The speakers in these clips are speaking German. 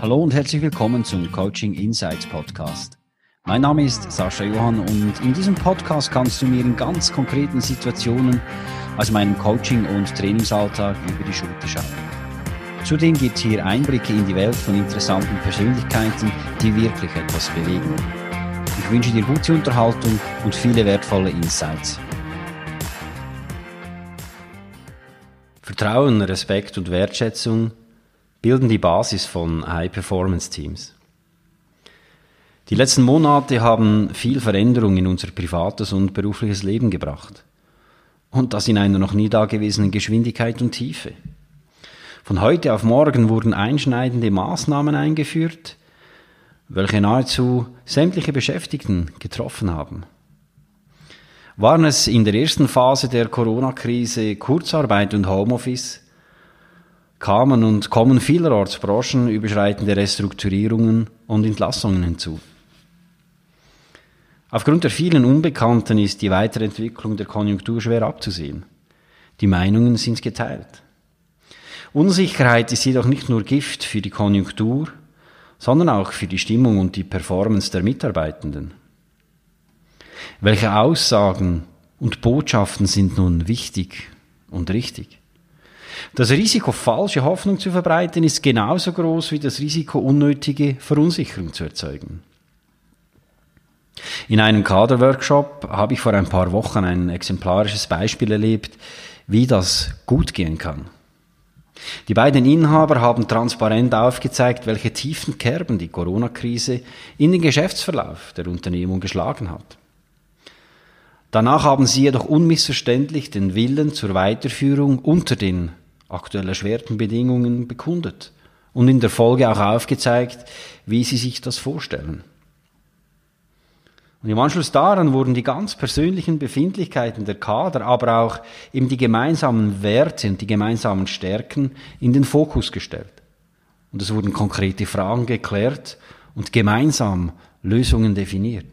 Hallo und herzlich willkommen zum Coaching Insights Podcast. Mein Name ist Sascha Johann und in diesem Podcast kannst du mir in ganz konkreten Situationen aus meinem Coaching- und Trainingsalltag über die Schulter schauen. Zudem gibt es hier Einblicke in die Welt von interessanten Persönlichkeiten, die wirklich etwas bewegen. Ich wünsche dir gute Unterhaltung und viele wertvolle Insights. Vertrauen, Respekt und Wertschätzung bilden die Basis von High-Performance-Teams. Die letzten Monate haben viel Veränderung in unser privates und berufliches Leben gebracht. Und das in einer noch nie dagewesenen Geschwindigkeit und Tiefe. Von heute auf morgen wurden einschneidende Maßnahmen eingeführt, welche nahezu sämtliche Beschäftigten getroffen haben. Waren es in der ersten Phase der Corona-Krise Kurzarbeit und Homeoffice, kamen und kommen vielerorts branchenüberschreitende Restrukturierungen und Entlassungen hinzu. Aufgrund der vielen Unbekannten ist die Weiterentwicklung der Konjunktur schwer abzusehen. Die Meinungen sind geteilt. Unsicherheit ist jedoch nicht nur Gift für die Konjunktur, sondern auch für die Stimmung und die Performance der Mitarbeitenden. Welche Aussagen und Botschaften sind nun wichtig und richtig? Das Risiko, falsche Hoffnung zu verbreiten, ist genauso groß wie das Risiko, unnötige Verunsicherung zu erzeugen. In einem Kaderworkshop habe ich vor ein paar Wochen ein exemplarisches Beispiel erlebt, wie das gut gehen kann. Die beiden Inhaber haben transparent aufgezeigt, welche tiefen Kerben die Corona-Krise in den Geschäftsverlauf der Unternehmung geschlagen hat. Danach haben sie jedoch unmissverständlich den Willen zur Weiterführung unter den aktuell erschwerten Bedingungen bekundet und in der Folge auch aufgezeigt, wie sie sich das vorstellen. Und im Anschluss daran wurden die ganz persönlichen Befindlichkeiten der Kader, aber auch eben die gemeinsamen Werte und die gemeinsamen Stärken in den Fokus gestellt. Und es wurden konkrete Fragen geklärt und gemeinsam Lösungen definiert.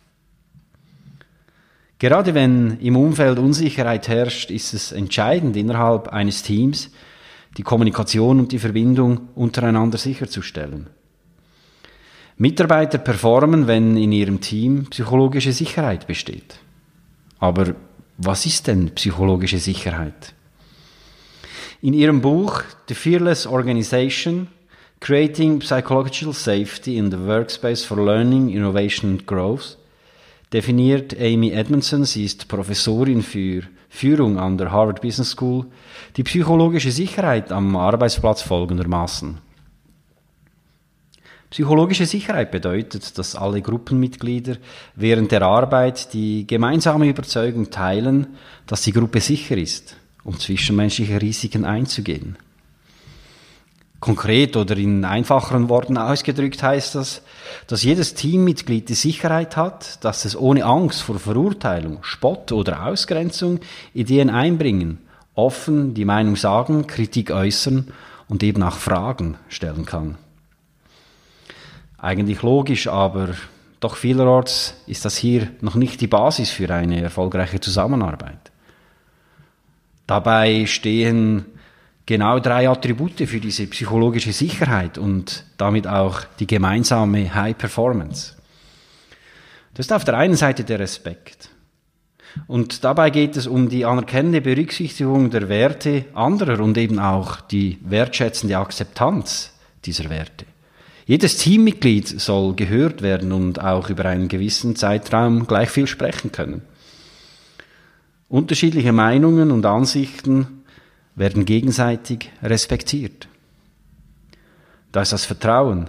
Gerade wenn im Umfeld Unsicherheit herrscht, ist es entscheidend, innerhalb eines Teams die Kommunikation und die Verbindung untereinander sicherzustellen. Mitarbeiter performen, wenn in ihrem Team psychologische Sicherheit besteht. Aber was ist denn psychologische Sicherheit? In ihrem Buch The Fearless Organization – Creating Psychological Safety in the Workspace for Learning, Innovation and Growth definiert Amy Edmondson, sie ist Professorin für Führung an der Harvard Business School, die psychologische Sicherheit am Arbeitsplatz folgendermaßen. Psychologische Sicherheit bedeutet, dass alle Gruppenmitglieder während der Arbeit die gemeinsame Überzeugung teilen, dass die Gruppe sicher ist, um zwischenmenschliche Risiken einzugehen. Konkret oder in einfacheren Worten ausgedrückt heißt das, dass jedes Teammitglied die Sicherheit hat, dass es ohne Angst vor Verurteilung, Spott oder Ausgrenzung Ideen einbringen, offen die Meinung sagen, Kritik äußern und eben auch Fragen stellen kann. Eigentlich logisch, aber doch vielerorts ist das hier noch nicht die Basis für eine erfolgreiche Zusammenarbeit. Dabei stehen genau 3 Attribute für diese psychologische Sicherheit und damit auch die gemeinsame High Performance. Das ist auf der einen Seite der Respekt. Und dabei geht es um die anerkennende Berücksichtigung der Werte anderer und eben auch die wertschätzende Akzeptanz dieser Werte. Jedes Teammitglied soll gehört werden und auch über einen gewissen Zeitraum gleich viel sprechen können. Unterschiedliche Meinungen und Ansichten werden gegenseitig respektiert. Da ist das Vertrauen.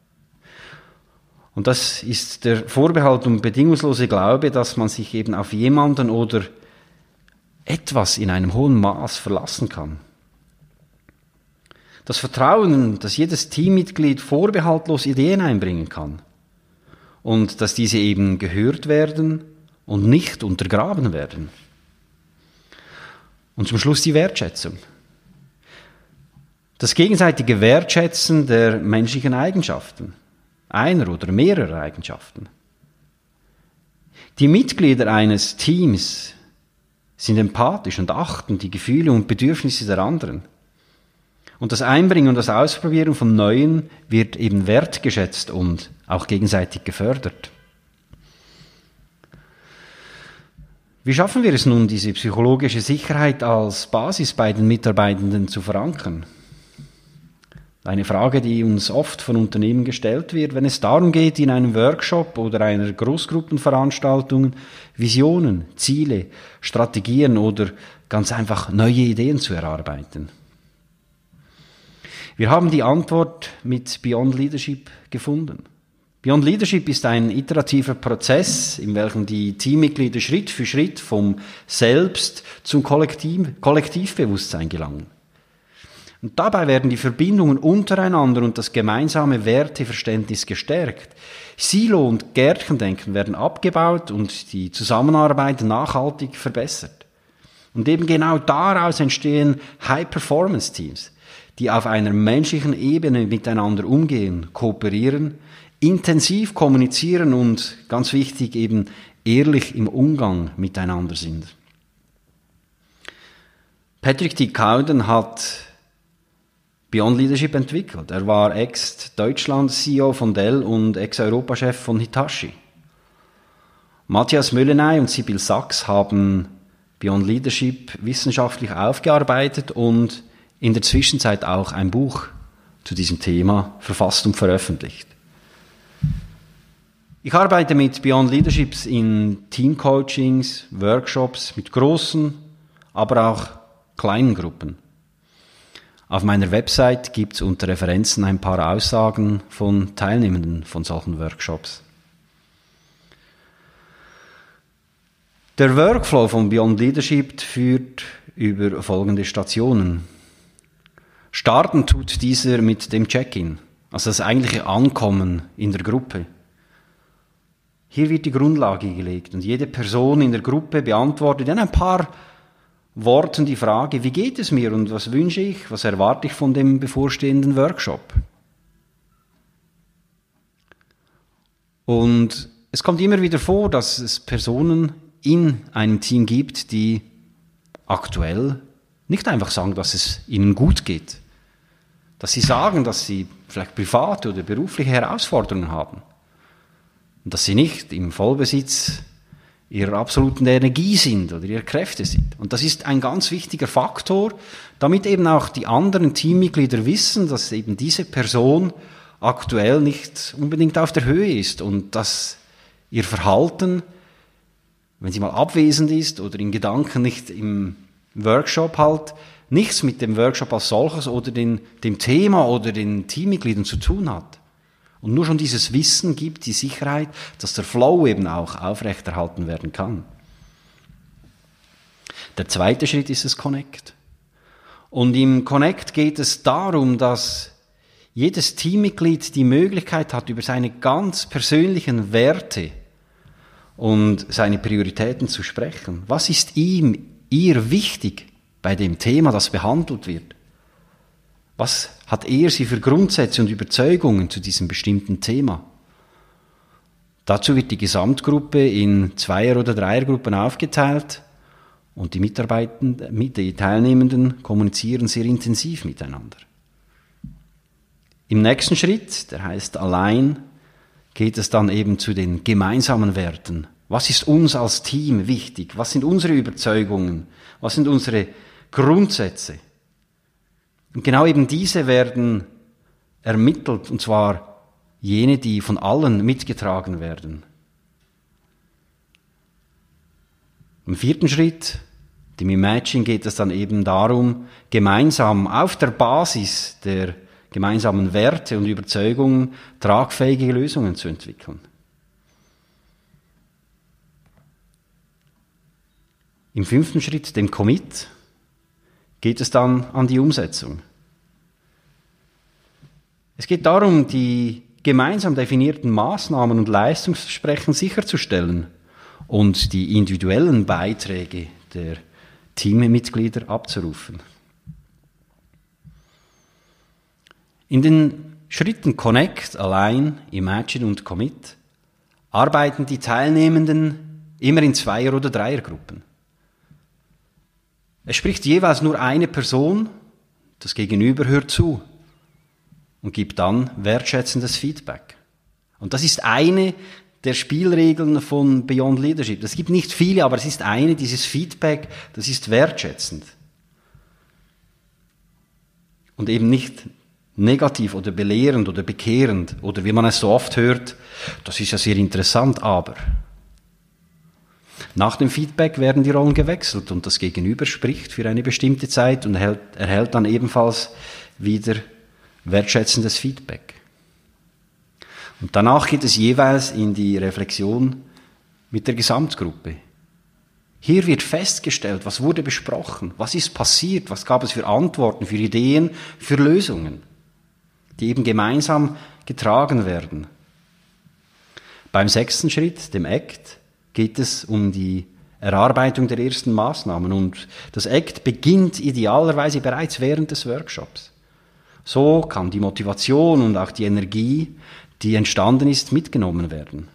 Und das ist der Vorbehalt und bedingungslose Glaube, dass man sich eben auf jemanden oder etwas in einem hohen Maß verlassen kann. Das Vertrauen, dass jedes Teammitglied vorbehaltlos Ideen einbringen kann und dass diese eben gehört werden und nicht untergraben werden. Und zum Schluss die Wertschätzung. Das gegenseitige Wertschätzen der menschlichen Eigenschaften, einer oder mehrerer Eigenschaften. Die Mitglieder eines Teams sind empathisch und achten die Gefühle und Bedürfnisse der anderen. Und das Einbringen und das Ausprobieren von Neuem wird eben wertgeschätzt und auch gegenseitig gefördert. Wie schaffen wir es nun, diese psychologische Sicherheit als Basis bei den Mitarbeitenden zu verankern? Eine Frage, die uns oft von Unternehmen gestellt wird, wenn es darum geht, in einem Workshop oder einer Großgruppenveranstaltung Visionen, Ziele, Strategien oder ganz einfach neue Ideen zu erarbeiten. Wir haben die Antwort mit Beyond Leadership gefunden. Beyond Leadership ist ein iterativer Prozess, in welchem die Teammitglieder Schritt für Schritt vom Selbst zum Kollektivbewusstsein gelangen. Und dabei werden die Verbindungen untereinander und das gemeinsame Werteverständnis gestärkt. Silo- und Gärtchendenken werden abgebaut und die Zusammenarbeit nachhaltig verbessert. Und eben genau daraus entstehen High-Performance-Teams, die auf einer menschlichen Ebene miteinander umgehen, kooperieren, intensiv kommunizieren und, ganz wichtig, eben ehrlich im Umgang miteinander sind. Patrick T. Cowden hat Beyond Leadership entwickelt. Er war Ex-Deutschland-CEO von Dell und Ex-Europachef von Hitachi. Matthias Möllenay und Sibyl Sachs haben Beyond Leadership wissenschaftlich aufgearbeitet und in der Zwischenzeit auch ein Buch zu diesem Thema verfasst und veröffentlicht. Ich arbeite mit Beyond Leaderships in Teamcoachings, Workshops mit großen, aber auch kleinen Gruppen. Auf meiner Website gibt es unter Referenzen ein paar Aussagen von Teilnehmenden von solchen Workshops. Der Workflow von Beyond Leadership führt über folgende Stationen. Starten tut dieser mit dem Check-in, also das eigentliche Ankommen in der Gruppe. Hier wird die Grundlage gelegt und jede Person in der Gruppe beantwortet in ein paar Worten die Frage, wie geht es mir und was wünsche ich, was erwarte ich von dem bevorstehenden Workshop. Und es kommt immer wieder vor, dass es Personen in einem Team gibt, die aktuell nicht einfach sagen, dass es ihnen gut geht, dass sie sagen, dass sie vielleicht private oder berufliche Herausforderungen haben und dass sie nicht im Vollbesitz ihrer absoluten Energie sind oder ihrer Kräfte sind. Und das ist ein ganz wichtiger Faktor, damit eben auch die anderen Teammitglieder wissen, dass eben diese Person aktuell nicht unbedingt auf der Höhe ist und dass ihr Verhalten, wenn sie mal abwesend ist oder in Gedanken nicht im Workshop halt, nichts mit dem Workshop als solches oder dem Thema oder den Teammitgliedern zu tun hat. Und nur schon dieses Wissen gibt die Sicherheit, dass der Flow eben auch aufrechterhalten werden kann. Der zweite Schritt ist das Connect. Und im Connect geht es darum, dass jedes Teammitglied die Möglichkeit hat, über seine ganz persönlichen Werte und seine Prioritäten zu sprechen. Was ist ihm, ihr wichtig bei dem Thema, das behandelt wird? Was hat er sie für Grundsätze und Überzeugungen zu diesem bestimmten Thema? Dazu wird die Gesamtgruppe in Zweier- oder Dreiergruppen aufgeteilt und die Teilnehmenden kommunizieren sehr intensiv miteinander. Im nächsten Schritt, der heißt Align, geht es dann eben zu den gemeinsamen Werten. Was ist uns als Team wichtig? Was sind unsere Überzeugungen? Was sind unsere Grundsätze? Und genau eben diese werden ermittelt, und zwar jene, die von allen mitgetragen werden. Im vierten Schritt, dem Imagine, geht es dann eben darum, gemeinsam auf der Basis der gemeinsamen Werte und Überzeugungen tragfähige Lösungen zu entwickeln. Im fünften Schritt, dem Commit, geht es dann an die Umsetzung. Es geht darum, die gemeinsam definierten Maßnahmen und Leistungsversprechen sicherzustellen und die individuellen Beiträge der Teammitglieder abzurufen. In den Schritten Connect, Align, Imagine und Commit arbeiten die Teilnehmenden immer in Zweier- oder Dreiergruppen. Es spricht jeweils nur eine Person, Das Gegenüber hört zu und gibt dann wertschätzendes Feedback. Und das ist eine der Spielregeln von Beyond Leadership. Es gibt nicht viele, aber es ist eine, dieses Feedback, das ist wertschätzend. Und eben nicht negativ oder belehrend oder bekehrend oder wie man es so oft hört, das ist ja sehr interessant, aber nach dem Feedback werden die Rollen gewechselt und das Gegenüber spricht für eine bestimmte Zeit und erhält dann ebenfalls wieder wertschätzendes Feedback. Und danach geht es jeweils in die Reflexion mit der Gesamtgruppe. Hier wird festgestellt, was wurde besprochen, was ist passiert, was gab es für Antworten, für Ideen, für Lösungen, die eben gemeinsam getragen werden. Beim 6. Schritt, dem ACT, geht es um die Erarbeitung der ersten Maßnahmen und das ACT beginnt idealerweise bereits während des Workshops. So kann die Motivation und auch die Energie, die entstanden ist, mitgenommen werden.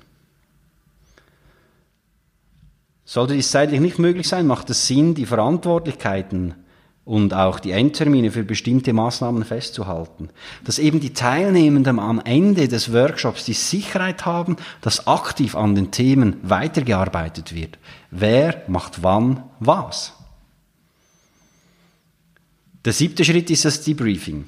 Sollte dies zeitlich nicht möglich sein, macht es Sinn, die Verantwortlichkeiten und auch die Endtermine für bestimmte Maßnahmen festzuhalten. Dass eben die Teilnehmenden am Ende des Workshops die Sicherheit haben, dass aktiv an den Themen weitergearbeitet wird. Wer macht wann was? Der 7. Schritt ist das Debriefing.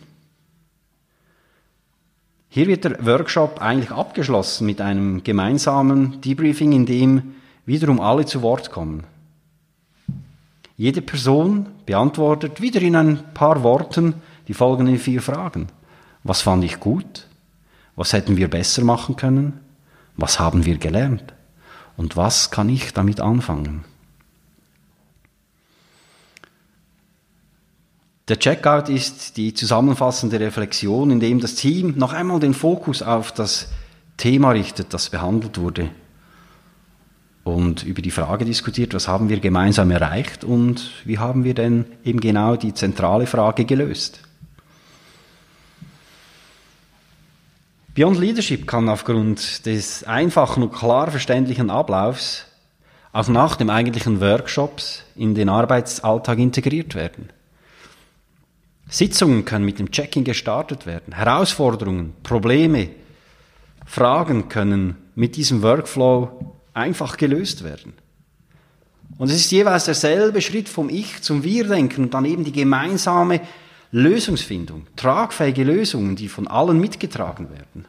Hier wird der Workshop eigentlich abgeschlossen mit einem gemeinsamen Debriefing, in dem wiederum alle zu Wort kommen. Jede Person beantwortet wieder in ein paar Worten die folgenden 4 Fragen. Was fand ich gut? Was hätten wir besser machen können? Was haben wir gelernt? Und was kann ich damit anfangen? Der Checkout ist die zusammenfassende Reflexion, in dem das Team noch einmal den Fokus auf das Thema richtet, das behandelt wurde. Und über die Frage diskutiert, was haben wir gemeinsam erreicht und wie haben wir denn eben genau die zentrale Frage gelöst. Beyond Leadership kann aufgrund des einfachen und klar verständlichen Ablaufs auch nach dem eigentlichen Workshops in den Arbeitsalltag integriert werden. Sitzungen können mit dem Check-in gestartet werden. Herausforderungen, Probleme, Fragen können mit diesem Workflow einfach gelöst werden. Und es ist jeweils derselbe Schritt vom Ich zum Wir-Denken und dann eben die gemeinsame Lösungsfindung, tragfähige Lösungen, die von allen mitgetragen werden.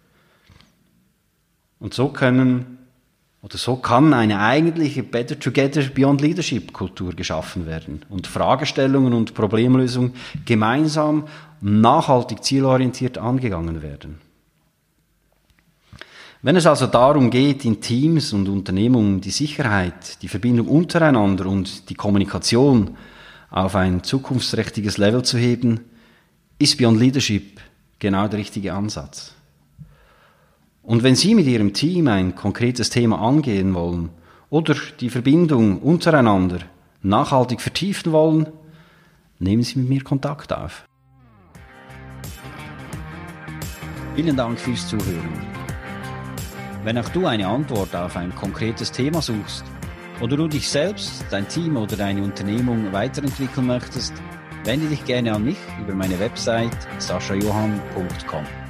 Und so kann eine eigentliche Better Together Beyond Leadership Kultur geschaffen werden und Fragestellungen und Problemlösungen gemeinsam, nachhaltig, zielorientiert angegangen werden. Wenn es also darum geht, in Teams und Unternehmungen die Sicherheit, die Verbindung untereinander und die Kommunikation auf ein zukunftsträchtiges Level zu heben, ist Beyond Leadership genau der richtige Ansatz. Und wenn Sie mit Ihrem Team ein konkretes Thema angehen wollen oder die Verbindung untereinander nachhaltig vertiefen wollen, nehmen Sie mit mir Kontakt auf. Vielen Dank fürs Zuhören. Wenn auch du eine Antwort auf ein konkretes Thema suchst oder du dich selbst, dein Team oder deine Unternehmung weiterentwickeln möchtest, wende dich gerne an mich über meine Website saschajohann.com.